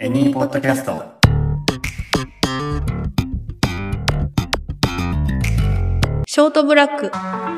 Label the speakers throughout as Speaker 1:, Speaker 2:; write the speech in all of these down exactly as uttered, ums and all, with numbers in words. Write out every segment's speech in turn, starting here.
Speaker 1: エニーポッドキャスト。
Speaker 2: ショートブラック。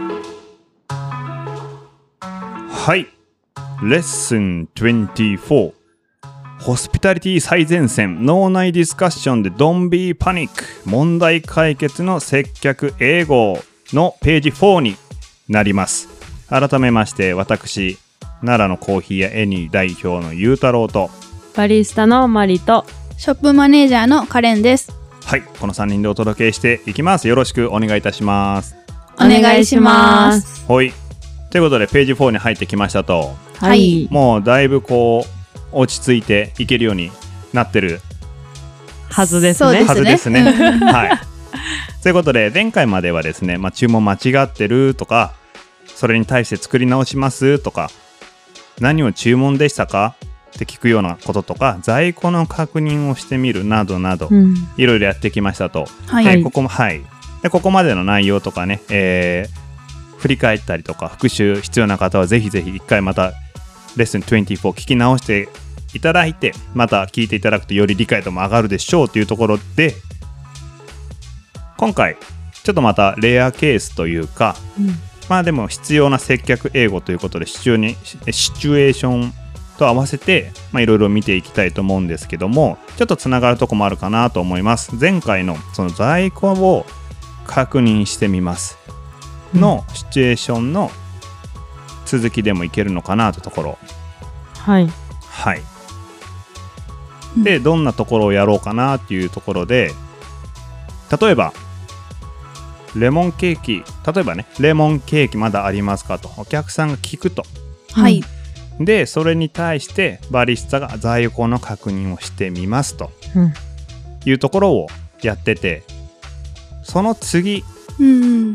Speaker 3: はい、レッスンにじゅうよん、ホスピタリティ最前線、脳内ディスカッションで Don't be panic、 問題解決の接客英語のページよんになります。改めまして私、奈良のコーヒー屋エニー代表のゆうたろうと、
Speaker 4: バリスタのマリと
Speaker 2: ショップマネージャーのカレンです。
Speaker 3: はい、このさんにんでお届けしていきます。よろしくお願いいたします。
Speaker 2: お願いします。
Speaker 3: はい、ということでページよんに入ってきましたと、
Speaker 2: はい、
Speaker 3: もうだいぶこう落ち着いていけるようになってる
Speaker 4: はずですね。
Speaker 3: はずですね。はい。ということで前回まではですね、まあ、注文間違ってるとか、それに対して作り直しますとか、何を注文でしたかって聞くようなこととか、在庫の確認をしてみるなどなど、うん、いろいろやってきましたと。
Speaker 2: はい。
Speaker 3: えー、ここもはい。でここまでの内容とかね、えー、振り返ったりとか復習必要な方はぜひぜひ一回またレッスンにじゅうよん聞き直していただいて、また聞いていただくとより理解度も上がるでしょうというところで、今回ちょっとまたレアケースというか、うん、まあでも必要な接客英語ということでシチュにシチュエーションと合わせていろいろ見ていきたいと思うんですけども、ちょっとつながるとこもあるかなと思います。前回のその在庫を確認してみますのシチュエーションの続きでもいけるのかなというところ。
Speaker 4: はい
Speaker 3: はい。でどんなところをやろうかなっていうところで、例えばレモンケーキ、例えばねレモンケーキまだありますかとお客さんが聞くと、
Speaker 2: はい、
Speaker 3: でそれに対してバリスタが在庫の確認をしてみますと、うん、いうところをやってて、その次、うん、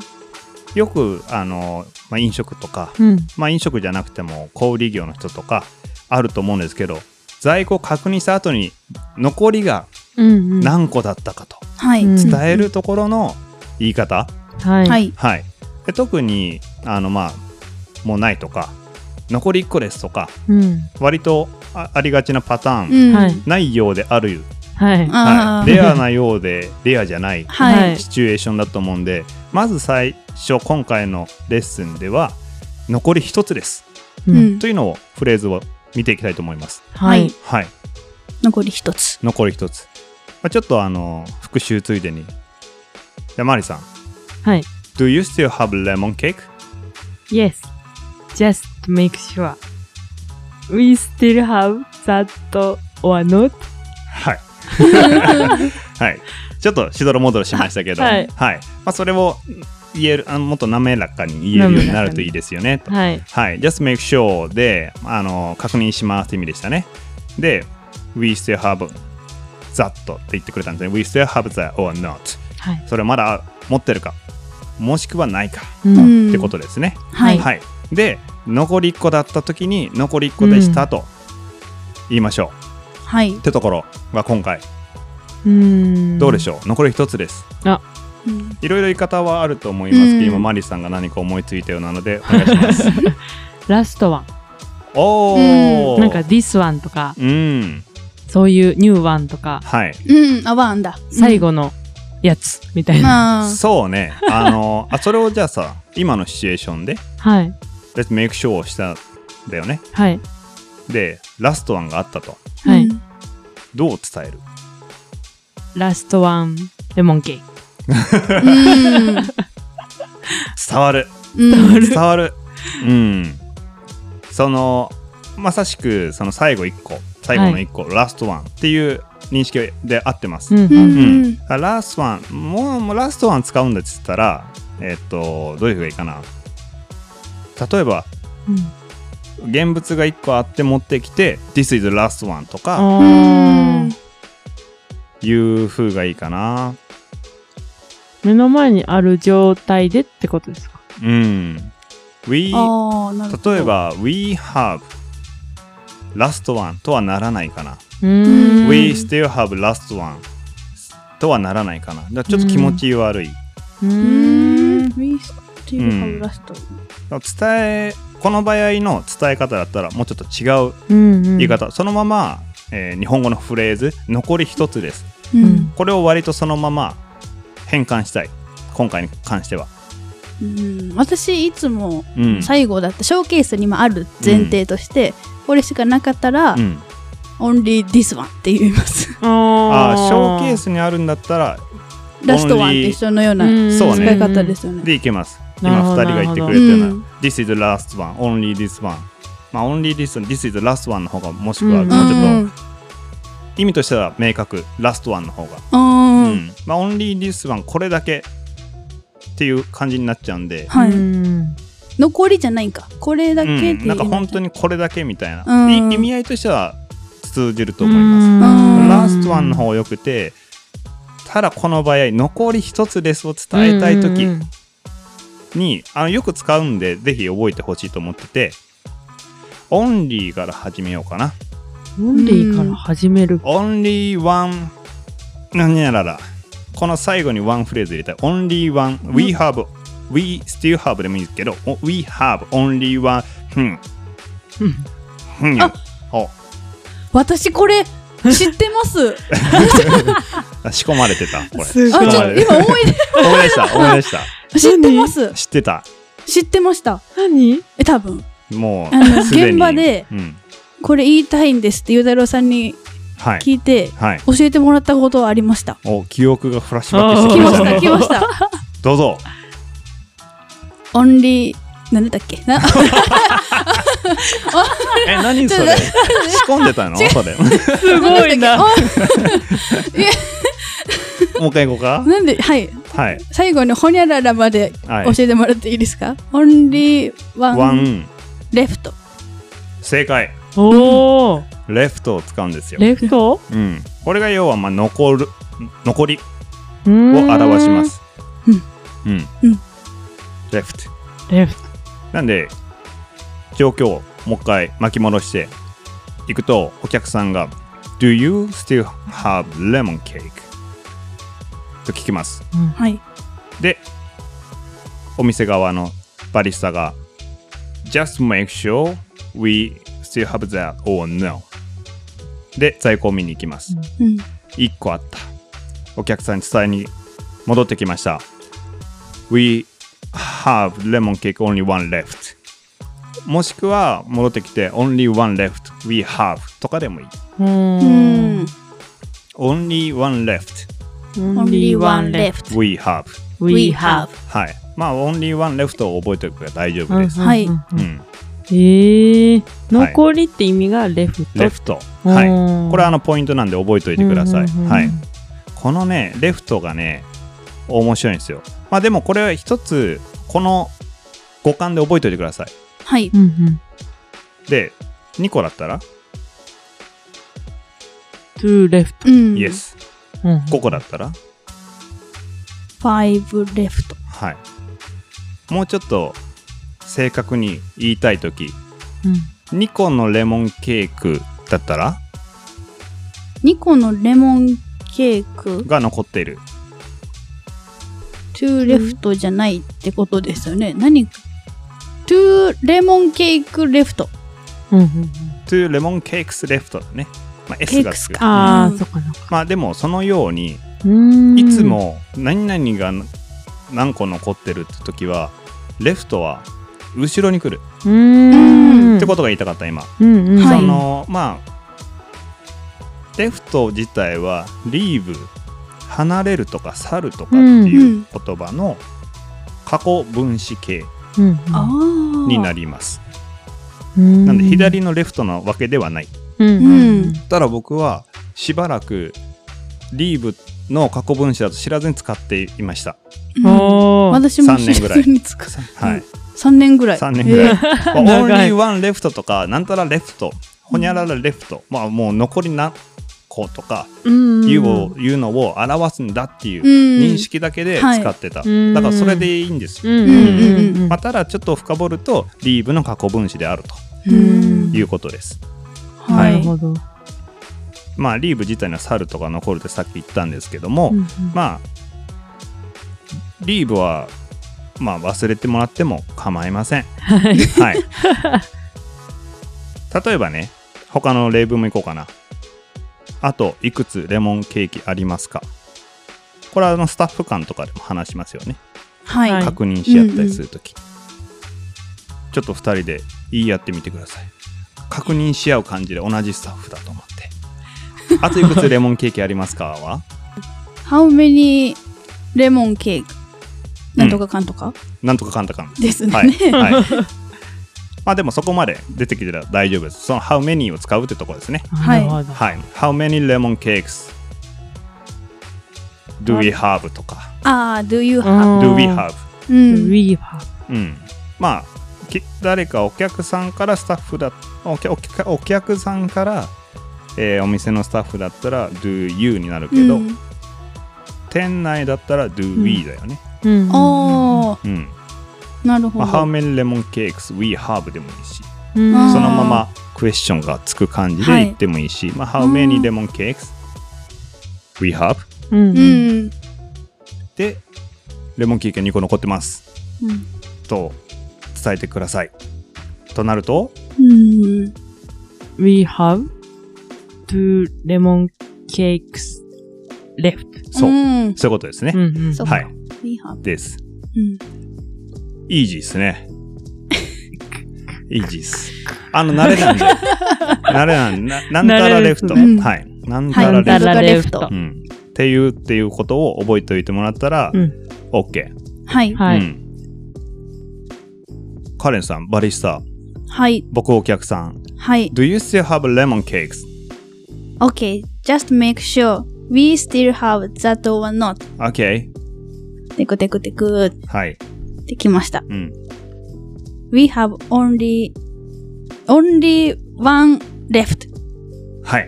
Speaker 3: よくあの、まあ、飲食とか、うん、まあ、飲食じゃなくても小売業の人とかあると思うんですけど、在庫を確認した後に残りが何個だったかと伝えるところの言い方、
Speaker 4: はい
Speaker 3: はい、で特にあの、まあ、もうないとか残りいっこですとか、うん、割と あ, ありがちなパターン、うん、ないようである、
Speaker 4: はい
Speaker 3: はい、レアなようでレアじゃない、はい、シチュエーションだと思うんで、まず最初今回のレッスンでは残りひとつです、うん、というのをフレーズを見ていきたいと思います。
Speaker 2: はい、
Speaker 3: はい、
Speaker 2: 残りひとつ
Speaker 3: 残りひとつ、まあ、ちょっとあの復習ついでに、じゃあマリさん、
Speaker 4: はい、
Speaker 3: Do you still have lemon cake?
Speaker 4: Yes, just to make sure we still have that or not?
Speaker 3: はい、はい、ちょっとしどろもどろしましたけど、はいはい、まあ、それを言える、あのもっと滑らかに言えるようになるといいですよねと、
Speaker 4: はい
Speaker 3: はい、just make sure であの確認しますという意味でしたね。で we still have that って言ってくれたんですね。 we still have that or not、はい、それまだ持ってるかもしくはないか、うん、ってことですね。
Speaker 2: はい、
Speaker 3: はい、で残りいっこだった時に残りいっこでしたと言いましょう、
Speaker 2: はい、
Speaker 3: ってところが今回
Speaker 4: うーん
Speaker 3: どうでしょう。残りひとつです。
Speaker 4: あ、
Speaker 3: いろいろ言い方はあると思いますけど、今マリさんが何か思いついたようなのでお願いします
Speaker 4: ラストワン、
Speaker 3: おー、
Speaker 4: なんか this one とか、
Speaker 3: うん、
Speaker 4: そういう new one とか、
Speaker 3: はい、
Speaker 2: うん、あ、ワンだ、
Speaker 4: 最後のやつみたいな、
Speaker 3: うん、そうね、あのあそれをじゃあさ、今のシチュエーションで、
Speaker 4: はい、
Speaker 3: Let's make sure をしたんだよね。
Speaker 4: はい。
Speaker 3: でラストワンがあったと、
Speaker 4: はい、
Speaker 3: どう伝える？
Speaker 4: ラストワンレモンケーキ
Speaker 2: うん
Speaker 3: 伝わる、
Speaker 2: うん、
Speaker 3: 伝わる、うん、そのまさしくその最後いっこ、最後のいっこ、はい、ラストワンっていう認識で合ってます、
Speaker 4: うん
Speaker 3: うん、ラストワン、もう、もうラストワン使うんだって言ったら、えっとどういうふうがいいかな。例えば、うん、現物がいっこあって持ってきて This is the last one とかいう風がいいかな。
Speaker 4: 目の前にある状態でってことですか。
Speaker 3: うん。We 例えば We have last one とはならないかな。
Speaker 4: うーん
Speaker 3: We still have last one とはならないかな。だからちょっと気持ち悪い。
Speaker 2: うーん We still have last one、
Speaker 3: 伝えこの場合の伝え方だったらもうちょっと違う言い方、うんうん、そのままえー日本語のフレーズ残り一つです。
Speaker 2: う
Speaker 4: うんん
Speaker 3: これを割とそのまま変換したい、今回に関しては。
Speaker 2: うん私いつも
Speaker 3: うん
Speaker 2: 最後だったショーケースにもある前提として、これしかなかったら、
Speaker 3: うん、
Speaker 2: only this one って言います
Speaker 3: あーショーケー
Speaker 4: ス
Speaker 3: スにあるんだったら
Speaker 2: ラストワンって一緒のような
Speaker 3: そうね
Speaker 2: 使い方ですよね。
Speaker 3: でいけます。
Speaker 4: なるほど
Speaker 3: 今ふたりが言ってくれたような、
Speaker 2: うん
Speaker 3: This is the last one, only this one。まあ only this one, this is the last one の方がもしくは
Speaker 4: うん
Speaker 3: もうちょっと、
Speaker 2: うん
Speaker 3: 意味としては明確、ラストワンの方が。
Speaker 2: うん
Speaker 3: うんまあ only this one これだけっていう感じになっちゃうんで、
Speaker 2: はい、
Speaker 4: うん
Speaker 2: 残りじゃないんかこれだけっていう、
Speaker 3: うん、なんか本当にこれだけみたいな、
Speaker 2: うん
Speaker 3: い意味合いとしては通じると思います。
Speaker 2: うん
Speaker 3: ラストワンの方がよくて、ただこの場合残り一つですを伝えたいとき
Speaker 4: うん
Speaker 3: にあのよく使うんでぜひ覚えてほしいと思ってて、オンリーから始めようかな。
Speaker 4: オンリーから始める。
Speaker 3: オンリーワン何やららこの最後にワンフレーズ入れたい。オンリーワン we have we still have でもいいですけど we have only one うんうん
Speaker 2: あ
Speaker 3: お
Speaker 2: 私これ知ってます
Speaker 3: あ仕込まれてたこれ。
Speaker 4: す
Speaker 2: あちょ
Speaker 3: ごい
Speaker 2: 今思い
Speaker 3: 思い出した思い出した
Speaker 2: 出知ってます
Speaker 3: 知ってた。
Speaker 2: 知ってました
Speaker 4: 何？
Speaker 2: え多分
Speaker 3: も
Speaker 2: あの
Speaker 3: うすでに
Speaker 2: 現場で
Speaker 3: うん
Speaker 2: これ言いたいんですってゆうたろうさんに
Speaker 3: はい
Speaker 2: 聞いて
Speaker 3: はい
Speaker 2: 教えてもらったことはありました
Speaker 3: お記憶がフラッシュバックして
Speaker 2: 来ました
Speaker 3: きましたね。
Speaker 2: 来ました
Speaker 3: どうぞ。
Speaker 2: オンリーなんだっけな
Speaker 3: え何それ仕込んでたのそれ。
Speaker 4: すごいな。
Speaker 2: んだっ
Speaker 3: もう一回行こうか
Speaker 2: け。なんではい
Speaker 3: はい
Speaker 2: 最後にホニャララまで
Speaker 3: はい
Speaker 2: 教えてもらっていいですか、オンリーワン
Speaker 3: ワン
Speaker 2: レフト
Speaker 3: 正解。
Speaker 4: おお。
Speaker 3: レフトを使うんですよ。
Speaker 4: レフト？
Speaker 3: うん、これが要はまあ残る残り
Speaker 4: を
Speaker 3: を表しま。す。
Speaker 2: うん
Speaker 3: うん。
Speaker 2: うん
Speaker 3: レフト。
Speaker 4: レフト。
Speaker 3: なんで状況をもう一回巻き戻していくとお客さんが Do you still have lemon cake? と聞きます。
Speaker 2: はい
Speaker 3: でお店側のバリスタが Just make sure we still have that or no で在庫を見に行きます。
Speaker 2: うん
Speaker 3: いっこあった。お客さんに伝えに戻ってきました。We have lemon cake only one left もしくは戻ってきて only one left we have とかでもいい。
Speaker 4: う。
Speaker 2: うんん
Speaker 3: only one left
Speaker 2: only one left
Speaker 3: we have
Speaker 2: we have
Speaker 3: はい。まあ only one left を覚えておけば大丈夫です。
Speaker 2: はい
Speaker 3: うん。
Speaker 4: えー、残りって意味がレフト。
Speaker 3: レフト。はい。これはあ
Speaker 4: の
Speaker 3: のポイントなんで覚えておいてください。
Speaker 4: うんうんうん
Speaker 3: はい。このねレフトがね面白いんですよ。まあでもこれは一つこの五感で覚えておいてください。
Speaker 2: はい
Speaker 4: うんうん。
Speaker 3: でにこだったら、
Speaker 4: to left。
Speaker 2: うん
Speaker 3: Yes。
Speaker 4: うん
Speaker 3: ごこだったら、
Speaker 2: five left
Speaker 3: はい。もうちょっと正確に言いたいとき、
Speaker 4: うん
Speaker 3: にこのレモンケークだったら
Speaker 2: にこのレモンケーク
Speaker 3: が残っている。
Speaker 2: to left じゃないってことですよね。何 to レモンケークレフト
Speaker 4: うんうん
Speaker 3: to lemon cakes left だね。まあ、S がつく。
Speaker 2: ケークスか
Speaker 4: ああ、
Speaker 2: うん
Speaker 4: そっかそっか。
Speaker 3: まあでもそのように
Speaker 4: うーん
Speaker 3: いつも何々が何個残ってるって時はレフトは後ろに来る
Speaker 4: うーん
Speaker 3: ってことが言いたかった今。
Speaker 4: うんうん
Speaker 2: はい
Speaker 3: そのまあレフト自体はリーブ離れるとか去るとかっていう言葉の過去分詞形
Speaker 4: うん
Speaker 2: ああ
Speaker 3: になります。
Speaker 4: うん
Speaker 3: なんで左のレフトなわけではない。
Speaker 4: うんうん
Speaker 3: ただ僕はしばらくリーブの過去分詞だと知らずに使っていました。
Speaker 2: うん
Speaker 4: おー
Speaker 2: 私も
Speaker 3: さんねんぐらい
Speaker 2: 知らずに使う
Speaker 3: はい。
Speaker 2: さんねんぐらい
Speaker 3: さんねんぐらい。
Speaker 2: えー
Speaker 3: オン
Speaker 4: 長い
Speaker 3: リーワンレフトとかなんたらレフトほにゃららレフト、まあもう残り何個とか
Speaker 4: うん
Speaker 3: いうをいうのを表すんだっていう
Speaker 2: うん
Speaker 3: 認識だけで使ってた。
Speaker 4: はい
Speaker 3: だからそれでいいんですよ。
Speaker 4: うんうんうんうん
Speaker 3: まあ、ただちょっと深掘るとリーブの過去分詞であると
Speaker 2: うん
Speaker 3: いうことです。
Speaker 2: は
Speaker 4: ないるほど。
Speaker 3: まあリーブ自体には去るとか残るってさっき言ったんですけども、
Speaker 4: うんうん
Speaker 3: まあリーブはまあ忘れてもらっても構いません。
Speaker 4: はい。
Speaker 3: はい。例えばね他の例文もいこうかな。 あといくつレモンケーキありますか？これはあのスタッフ間とかでも話しますよね。
Speaker 2: はい。
Speaker 4: はい
Speaker 3: 確認し合ったりするとき、ちょっとふたりで言い合ってみてください。確認し合う感じで同じスタッフだと思って。あといくつレモンケーキありますかは
Speaker 2: How many lemon cake? なんとかかんとか、
Speaker 3: なんとかかんとかん
Speaker 2: ですね。
Speaker 3: はい、はい、まあでもそこまで出てきてたら大丈夫です。その How many を使うってとこですね。
Speaker 2: はい
Speaker 4: なるほど。
Speaker 3: はい。How many lemon cakes do we have とか
Speaker 2: ああ、do you
Speaker 4: う
Speaker 2: have?
Speaker 4: ん
Speaker 3: do we have
Speaker 2: うん。
Speaker 4: We have
Speaker 3: うん。まあき誰かお客さんからスタッフだお客、お客、お客さんから、えーお店のスタッフだったら do you になるけど、
Speaker 2: うん、
Speaker 3: 店内だったら do we だよね。
Speaker 4: うん
Speaker 2: ああ、
Speaker 3: うん。
Speaker 2: なるほど。
Speaker 3: まあ、How many lemon cakes we have でもいいし、
Speaker 4: うん
Speaker 2: あー
Speaker 3: そのままクエスチョンがつく感じで言ってもいいし、まあ、How many lemon cakes we have
Speaker 4: うん
Speaker 2: う。ん。
Speaker 3: で、レモンケーキがにこ残ってます
Speaker 2: うん。
Speaker 3: と伝えてください。となると、
Speaker 2: うん。
Speaker 4: We have two lemon cakes left.
Speaker 3: そう、
Speaker 2: うん。
Speaker 3: そういうことですね。
Speaker 4: うんうん
Speaker 2: そうか。
Speaker 3: はい。
Speaker 2: We have.
Speaker 3: です。
Speaker 2: うん。
Speaker 3: イージーですね。イージーです。あの、慣れなんで。慣れなんで。ななんたらレフト。
Speaker 2: 慣れですね
Speaker 3: はい。なん
Speaker 2: はい。
Speaker 3: たらレフト。
Speaker 2: なんたらレフト
Speaker 4: レフト
Speaker 3: うん。っていうっていうことを覚えておいてもらったら、
Speaker 4: うん
Speaker 3: OK。
Speaker 2: はい。
Speaker 4: はい。
Speaker 3: うん。カレンさん、バリスタ、
Speaker 2: はい。
Speaker 3: 僕お客さん。
Speaker 2: はい。
Speaker 3: Do you still have lemon cakes?
Speaker 2: Okay. Just make sure we still have that or not.
Speaker 3: Okay.
Speaker 2: テクテクテク
Speaker 3: はい。
Speaker 2: ってきました。
Speaker 3: うん。
Speaker 2: We have only, only one left.
Speaker 3: はい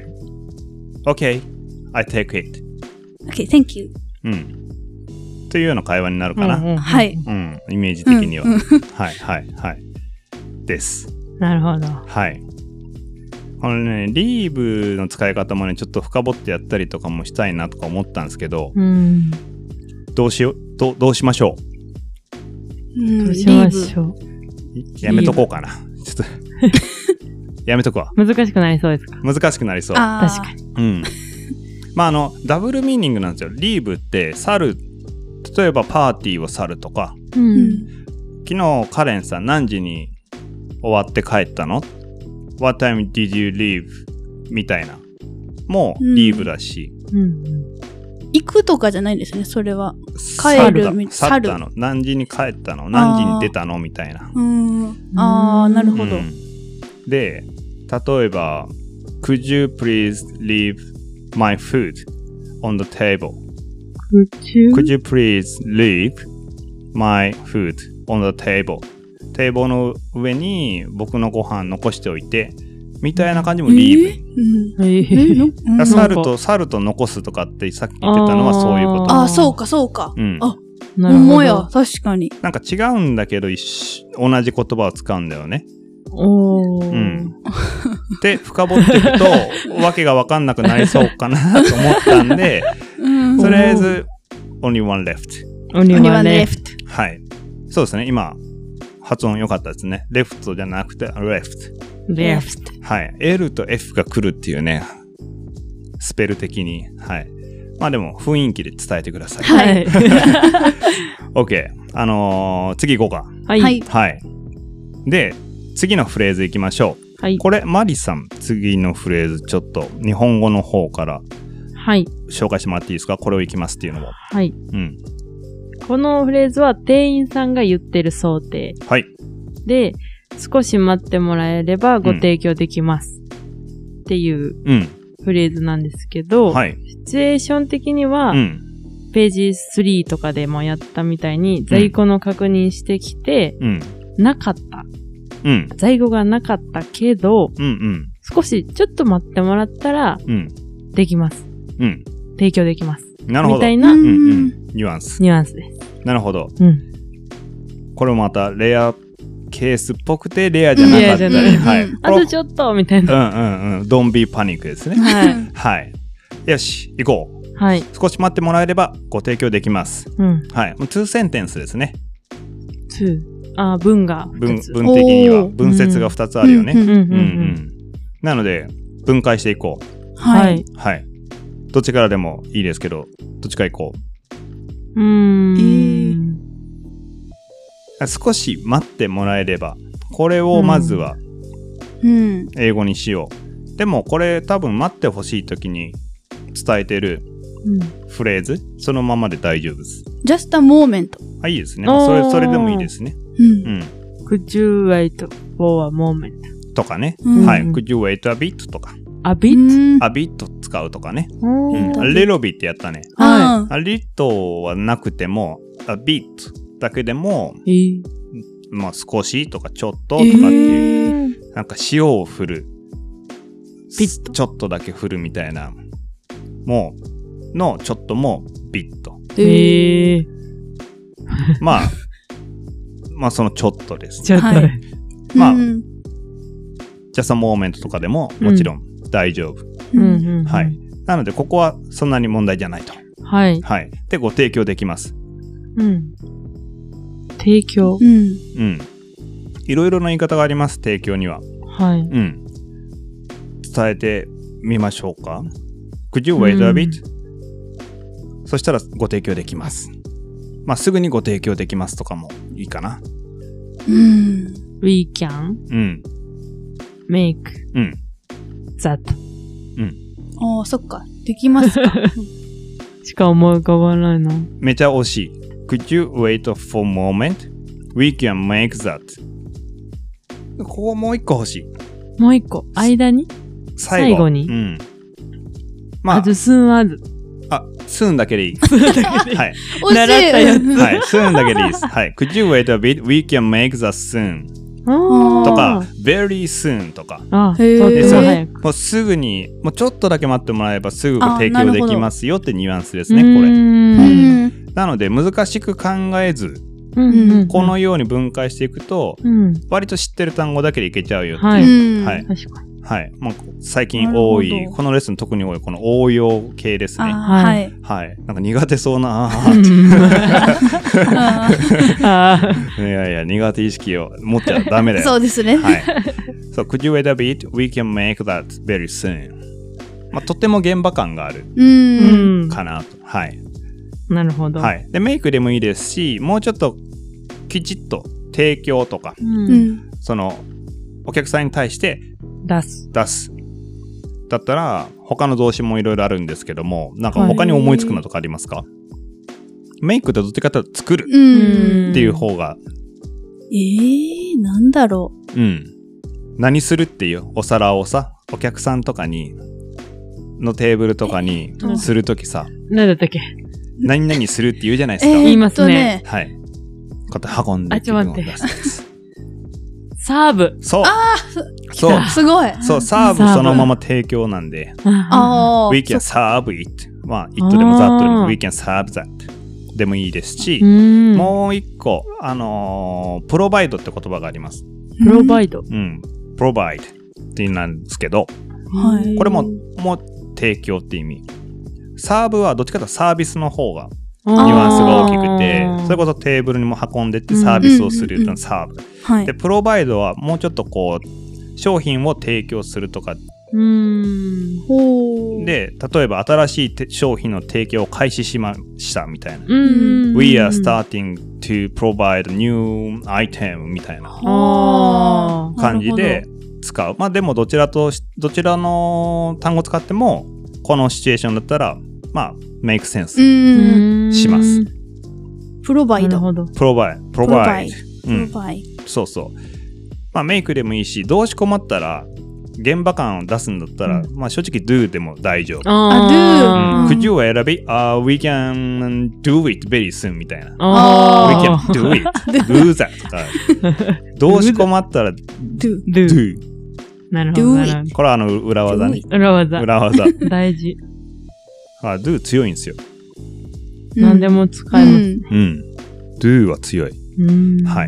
Speaker 3: 。OK. I take it.
Speaker 2: Okay, thank you.
Speaker 3: うん。というような会話になるかな。うん。
Speaker 4: うんうん
Speaker 2: はい。
Speaker 3: イメージ的には。
Speaker 2: うんうん
Speaker 3: はいはいはい。です。
Speaker 4: なるほど。
Speaker 3: はい。あのね、リーブの使い方もね、ちょっと深掘ってやったりとかもしたいなとか思ったんですけど、
Speaker 4: うん。
Speaker 3: どうしよう、どうどうしましょ
Speaker 2: うん
Speaker 4: どうしましょう。
Speaker 3: う。やめとこうかな。ちょっとやめとくわ。
Speaker 4: 難しくなりそうですか？
Speaker 3: 難しくなりそう。
Speaker 2: あー
Speaker 4: 確かに。
Speaker 3: うん。まああの、ダブルミーニングなんですよ。リーブって去る、例えばパーティーを去るとか、
Speaker 4: う。
Speaker 2: うんん。
Speaker 3: 昨日カレンさん何時に終わって帰ったの？ What time did you leave? みたいな。もうリーブだし、
Speaker 4: うん。
Speaker 2: 行くとかじゃないんですね、それは。
Speaker 3: 去
Speaker 2: 帰る
Speaker 3: った
Speaker 2: み
Speaker 3: 去ったの。何時に帰ったの？何時に出たの？みたいな。
Speaker 2: うん。ああ、なるほど。
Speaker 3: うんで、例えば Could you please leave my food on the table?
Speaker 4: Could you?
Speaker 3: Could you please leave my food on the table? テーブルの上に僕のご飯残しておいてみたいな感じもリーブ。
Speaker 2: うん。
Speaker 4: え
Speaker 2: え
Speaker 4: ー
Speaker 2: のうん
Speaker 3: 去ると去ると残すとかってさっき言ってたのはそういうこと。
Speaker 2: ああ、そうか、そうか。
Speaker 3: うん、
Speaker 2: あ、
Speaker 4: なるほど
Speaker 2: ほんまや、確かに。
Speaker 3: なんか違うんだけど一緒同じ言葉を使うんだよね。
Speaker 4: おー。
Speaker 3: うんで深掘っていくとわけが分かんなくなりそうかなと思ったんで
Speaker 2: うん。
Speaker 3: とりあえず only one left。
Speaker 4: Only
Speaker 2: Only
Speaker 4: one
Speaker 2: one
Speaker 4: left.
Speaker 2: left.
Speaker 3: はい。そうですね。今、発音良かったですね。レフトじゃなくて、left。
Speaker 4: Left.
Speaker 3: はい。L と F が来るっていうね、スペル的に。はい。まあでも、雰囲気で伝えてください。
Speaker 2: はい
Speaker 4: はい。
Speaker 3: OK。あのー、次行こうか。
Speaker 4: は。
Speaker 2: はいい。
Speaker 3: はい。で、次のフレーズ行きましょう。
Speaker 4: はい。
Speaker 3: これ、マリさん、次のフレーズ、ちょっと、日本語の方から
Speaker 4: はい。
Speaker 3: 紹介してもらっていいですか？これを行きますっていうのを。
Speaker 4: はい。
Speaker 3: うん。
Speaker 4: このフレーズは店員さんが言ってる想定
Speaker 3: はい。
Speaker 4: で、少し待ってもらえればご提供できます。っていう
Speaker 3: うん。
Speaker 4: フレーズなんですけど、
Speaker 3: はい。
Speaker 4: シチュエーション的には、
Speaker 3: うん。
Speaker 4: ページスリーとかでもやったみたいに、在庫の確認してきて、
Speaker 3: うん。
Speaker 4: なかった。
Speaker 3: うん。
Speaker 4: 在庫がなかったけど、
Speaker 3: うん。うん。
Speaker 4: 少しちょっと待ってもらったら、
Speaker 3: うん。
Speaker 4: できます。
Speaker 3: うん。
Speaker 4: 提供できます。
Speaker 3: なるほど。
Speaker 4: みたいな
Speaker 3: うんうん。ニュアンス。
Speaker 4: ニュアンスです。
Speaker 3: なるほど。
Speaker 4: うん。
Speaker 3: これもまたレアケースっぽくてレアじゃなかったり。
Speaker 4: レアじゃない
Speaker 3: はい。
Speaker 2: うん
Speaker 4: あとちょっとみたいな。
Speaker 3: うんうんうん。Don't be panic ですね。
Speaker 4: はい。
Speaker 3: はい。よし、行こう。
Speaker 4: はい。
Speaker 3: 少し待ってもらえればご提供できます。
Speaker 4: うん。
Speaker 3: はい。もうツーセンテンスですね。
Speaker 4: ツー。あ、文が
Speaker 3: 文
Speaker 4: 二つ。
Speaker 3: 文的には。
Speaker 2: おー
Speaker 3: 文節がふたつあるよね。
Speaker 2: うん
Speaker 4: うんうん
Speaker 3: うんう
Speaker 4: うん。
Speaker 3: ん。なので、分解していこう。
Speaker 2: は
Speaker 4: はいい。
Speaker 3: はい。どっちからでもいいですけど、どっちから行こ
Speaker 4: うーん。
Speaker 2: えー
Speaker 3: う。少し待ってもらえれば、これをまずは
Speaker 2: うん。
Speaker 3: 英語にしよう。でもこれ多分待ってほしい時に伝えてる
Speaker 4: うん
Speaker 3: フレーズ、そのままで大丈夫です。
Speaker 2: just a moment。
Speaker 3: あ、いいですね。まあそれ、
Speaker 4: おー
Speaker 3: それでもいいですね。
Speaker 2: うん
Speaker 3: う。ん。
Speaker 4: Could you wait for a moment?
Speaker 3: とかね。
Speaker 2: うん
Speaker 3: はい。Could you wait a bit? とか。
Speaker 4: A
Speaker 2: う
Speaker 4: bit?
Speaker 2: ん
Speaker 3: a bit 使うとかね。
Speaker 4: う
Speaker 3: うん。
Speaker 2: ん
Speaker 3: a little bit やったね。
Speaker 2: あ
Speaker 3: a little はなくても、a bit だけでも、
Speaker 4: えー
Speaker 3: まあ少しとかちょっととかっていう、
Speaker 2: えー
Speaker 3: なんか塩を振る。
Speaker 4: ビット
Speaker 3: ちょっとだけ振るみたいな。もう、のちょっともビット。
Speaker 4: えー
Speaker 3: まあ、まあそのちょっとです。
Speaker 4: ちょっと
Speaker 2: はい
Speaker 4: ね。
Speaker 3: まあ
Speaker 2: うん
Speaker 3: じゃあそのモーメントとかでももちろん大丈夫。
Speaker 4: うんうんうん
Speaker 3: はい。なのでここはそんなに問題じゃないと。
Speaker 4: はい。
Speaker 3: はい。で、ご提供できます。
Speaker 4: うん。提供
Speaker 2: う。ん。
Speaker 3: うん。いろいろな言い方があります、提供には。
Speaker 4: はい。
Speaker 3: うん。伝えてみましょうか。Could you wait a bit?、そしたらご提供できます。まあ、すぐにご提供できますとかもいいかな。
Speaker 2: うん。
Speaker 4: We can
Speaker 3: うん。
Speaker 4: make
Speaker 3: うん。
Speaker 4: that.
Speaker 2: ああ、そっか。できますか。
Speaker 4: しか思い浮かばないな。
Speaker 3: めちゃ惜しい。Could you wait for a moment?We can make that. ここもう一個欲しい。
Speaker 4: もう一個。間に
Speaker 3: 最後。
Speaker 4: 最後に
Speaker 3: うん。まあ、
Speaker 4: あずすんあず。
Speaker 3: あ、スーンだけでいい。はい。
Speaker 2: 惜しい。
Speaker 4: 習ったやつ
Speaker 3: はい。スーンだけでいいです。はい。Could you wait a bit?We can make that soon.
Speaker 4: あー
Speaker 3: とか、very soon とか。
Speaker 4: あ、
Speaker 2: へー
Speaker 4: とっても
Speaker 3: そう
Speaker 4: 早く。
Speaker 3: もうすぐに、もうちょっとだけ待ってもらえばすぐご
Speaker 2: あ
Speaker 3: 提供できますよってニュアンスですね、
Speaker 4: うー
Speaker 3: これ。
Speaker 4: ん
Speaker 2: うん。
Speaker 3: なので、難しく考えず、
Speaker 4: うんうん
Speaker 3: このように分解していくと、
Speaker 4: うん。
Speaker 3: 割と知ってる単語だけでいけちゃうよって
Speaker 4: はい
Speaker 3: いう。
Speaker 2: うん
Speaker 3: はい。
Speaker 4: 確かに。
Speaker 3: はい。もう最近
Speaker 2: なるほど
Speaker 3: 多い、このレッスン特に多い、この応用系ですね。
Speaker 2: あー
Speaker 4: は
Speaker 2: はいい。
Speaker 3: はい。なんか苦手そうな、
Speaker 2: あ
Speaker 4: あ
Speaker 3: いやいや、苦手意識を持っちゃダメだ
Speaker 2: ー
Speaker 3: よ。
Speaker 2: そうですね。
Speaker 3: はい。そう、could you wait a bit? We can make that very soon. まあ、とっても現場感がある
Speaker 2: う。
Speaker 4: ーうんん。
Speaker 3: かなと。はい。
Speaker 4: なるほど。
Speaker 3: はい。で、メイクでもいいですし、もうちょっときちっと提供とか、
Speaker 4: う。
Speaker 2: うんん。
Speaker 3: その、お客さんに対して
Speaker 4: 出す。
Speaker 3: 出す。だったら、他の動詞もいろいろあるんですけども、なんか他に思いつくのとかありますか？メイクってどっちかというと作る
Speaker 2: うん。
Speaker 3: っていう方が、
Speaker 2: えー、なんだろ
Speaker 3: うん。何するっていうお皿をさ、お客さんとかに、のテーブルとかに
Speaker 4: うん
Speaker 3: するときさ、
Speaker 2: う。
Speaker 4: なんだったっけ
Speaker 3: 何々するって言うじゃないですか。
Speaker 2: えー
Speaker 4: 言いますね
Speaker 2: っと
Speaker 3: はい。こうやって運んで
Speaker 4: あちょっと待って
Speaker 3: 気分を出すやつ
Speaker 4: サーブ。
Speaker 3: そう。そう
Speaker 4: 来た。
Speaker 2: すごい。
Speaker 3: そう、サーブそのまま提供なんで、
Speaker 2: ああ。
Speaker 3: We can serve it。まあ、it でも that でも We can serve that でもいいですし
Speaker 4: う、ん。
Speaker 3: もう一個、あのー、プロバイドって言葉があります。
Speaker 4: プロバイド。
Speaker 3: うん。provide って意味なんですけど、
Speaker 2: はい
Speaker 3: これも、もう提供って意味。サーブはどっちかというとサービスの方が
Speaker 4: ニュ
Speaker 3: ニュアンスが大きくて、それこそテーブルにも運んでってサービスをする
Speaker 2: うんうんうん
Speaker 3: サーブ。
Speaker 2: はい
Speaker 3: で、。プロバイドはもうちょっとこう、商品を提供するとか
Speaker 4: うーん。
Speaker 2: ほう。
Speaker 3: で、例えば新しいて商品の提供を開始しましたみたいな。
Speaker 4: うーん。
Speaker 3: We are starting to provide new item みたいな
Speaker 4: あー
Speaker 3: 感じで使う。まあでもどちらとし、どちらの単語使っても、このシチュエーションだったら、まあ、make
Speaker 2: う
Speaker 3: sense。
Speaker 2: ん。
Speaker 4: ん
Speaker 3: します。
Speaker 2: プロバイド。
Speaker 4: なるほど。
Speaker 3: provide,
Speaker 2: プロバ
Speaker 3: provide
Speaker 2: イ。
Speaker 3: う
Speaker 2: プロ
Speaker 3: ん。
Speaker 2: バイ。
Speaker 3: そうそう。まあ、メイクでもいいし、動詞困ったら、現場感を出すんだったら、
Speaker 4: う
Speaker 3: まあ正直 do でも大丈夫。
Speaker 4: あ
Speaker 3: うん Could you wait a bit? Uh, we can do it very soon みたいな。
Speaker 4: あ
Speaker 3: We
Speaker 4: ー
Speaker 3: can do it. do that とか。動詞困ったら
Speaker 2: do。
Speaker 4: do
Speaker 3: do。
Speaker 4: なるほど
Speaker 2: do
Speaker 4: なるほど。
Speaker 3: これはあの裏技ね。
Speaker 4: 裏技。
Speaker 3: 裏技。
Speaker 4: 大事。
Speaker 3: あ、do 強いんですよ。
Speaker 4: 何でも使えます。
Speaker 2: うん。
Speaker 3: うん。do は強い。
Speaker 4: うん
Speaker 3: はい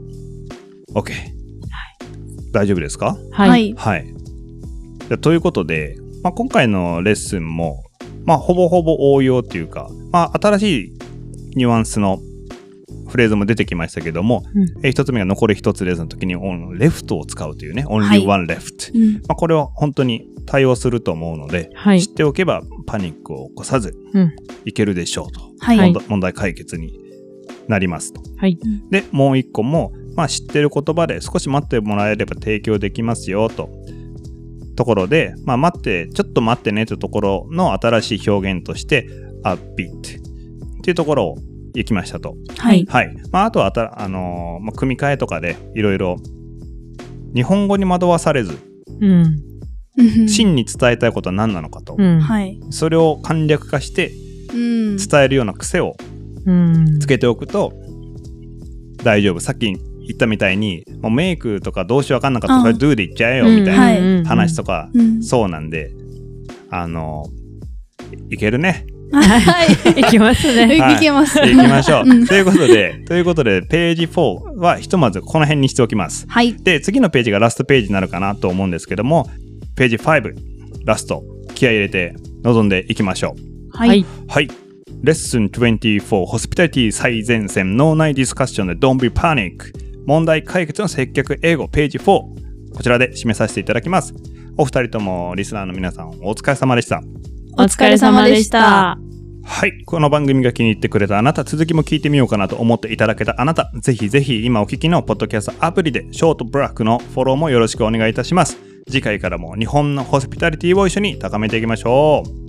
Speaker 3: OK。大丈夫ですか？
Speaker 4: は。
Speaker 2: はいい。
Speaker 3: はい。じゃあということで、まあ、今回のレッスンも、まあ、ほぼほぼ応用っていうか、まあ、新しいニュアンスのフレーズも出てきましたけども、
Speaker 4: うん
Speaker 3: えー一つ目が残り一つレーズンの時に、レフトを使うというね、only
Speaker 2: はい
Speaker 3: one left。
Speaker 2: うん
Speaker 3: まあ、これは本当に対応すると思うので、
Speaker 4: はい。
Speaker 3: 知っておけばパニックを起こさず
Speaker 4: うん。
Speaker 3: いけるでしょうと、
Speaker 2: はい。
Speaker 4: はい
Speaker 3: 問題問題解決になりますと。
Speaker 4: はい。
Speaker 3: でもう一個も、まあ、知ってる言葉で少し待ってもらえれば提供できますよとところで、まあ、待ってちょっと待ってねというところの新しい表現として a bit っていうところを行きましたと。
Speaker 2: はい。
Speaker 3: はい。まあ、あとはあた、あのーまあ、組み替えとかでいろいろ日本語に惑わされず、
Speaker 4: うん。
Speaker 2: うん
Speaker 3: 真に伝えたいことは何なのかと、
Speaker 4: うん。
Speaker 2: はい。
Speaker 3: それを簡略化して
Speaker 2: うん。
Speaker 3: 伝えるような癖を
Speaker 4: うん。
Speaker 3: つけておくと大丈夫。さっき言ったみたいにもうメイクとか動詞わかんなかったら
Speaker 2: あ
Speaker 3: これ do で言っちゃえよみたいな
Speaker 2: はい
Speaker 3: 話とか、
Speaker 2: うん。
Speaker 3: そうなんで、あのいけるね。
Speaker 2: はい。
Speaker 4: いきますね。
Speaker 3: はい
Speaker 2: いけます。
Speaker 3: でいきましょう。
Speaker 2: うん
Speaker 3: ということで、ということでページフォーはひとまずこの辺にしておきます。
Speaker 2: はい。
Speaker 3: で、次のページがラストページになるかなと思うんですけども、ページファイブラスト気合い入れて臨んでいきましょう。
Speaker 2: は
Speaker 4: はいい。。
Speaker 3: はい。レッスンにじゅうよん、ホスピタリティ最前線、脳内ディスカッションで Don't be panic。問題解決の接客英語、ページフォー。こちらで締めさせていただきます。お二人ともリスナーの皆さん、お疲れ様でした。
Speaker 4: お疲れ様でした。
Speaker 3: はい。この番組が気に入ってくれたあなた、続きも聞いてみようかなと思っていただけたあなた、ぜひぜひ今お聞きのポッドキャストアプリでショートブラックのフォローもよろしくお願いいたします。次回からも日本のホスピタリティを一緒に高めていきましょう。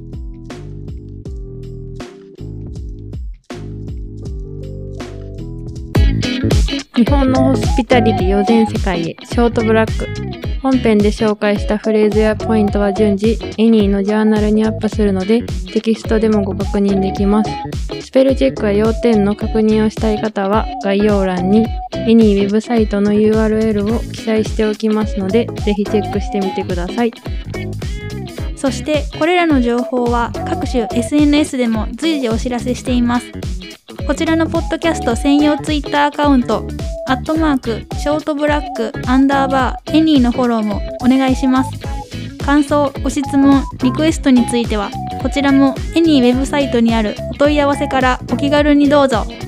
Speaker 4: 日本のホスピタリティを全世界へ、ショートブラック。本編で紹介したフレーズやポイントは順次、エニーのジャーナルにアップするので、テキストでもご確認できます。スペルチェックや要点の確認をしたい方は、概要欄にエニーウェブサイトの ユーアールエル を記載しておきますので、ぜひチェックしてみてください。
Speaker 1: そしてこれらの情報は各種 エスエヌエス でも随時お知らせしています。こちらのポッドキャスト専用ツイッターアカウント、アットマーク、ショートブラック、アンダーバー、エニーのフォローもお願いします。感想、ご質問、リクエストについては、こちらもエニーウェブサイトにあるお問い合わせからお気軽にどうぞ。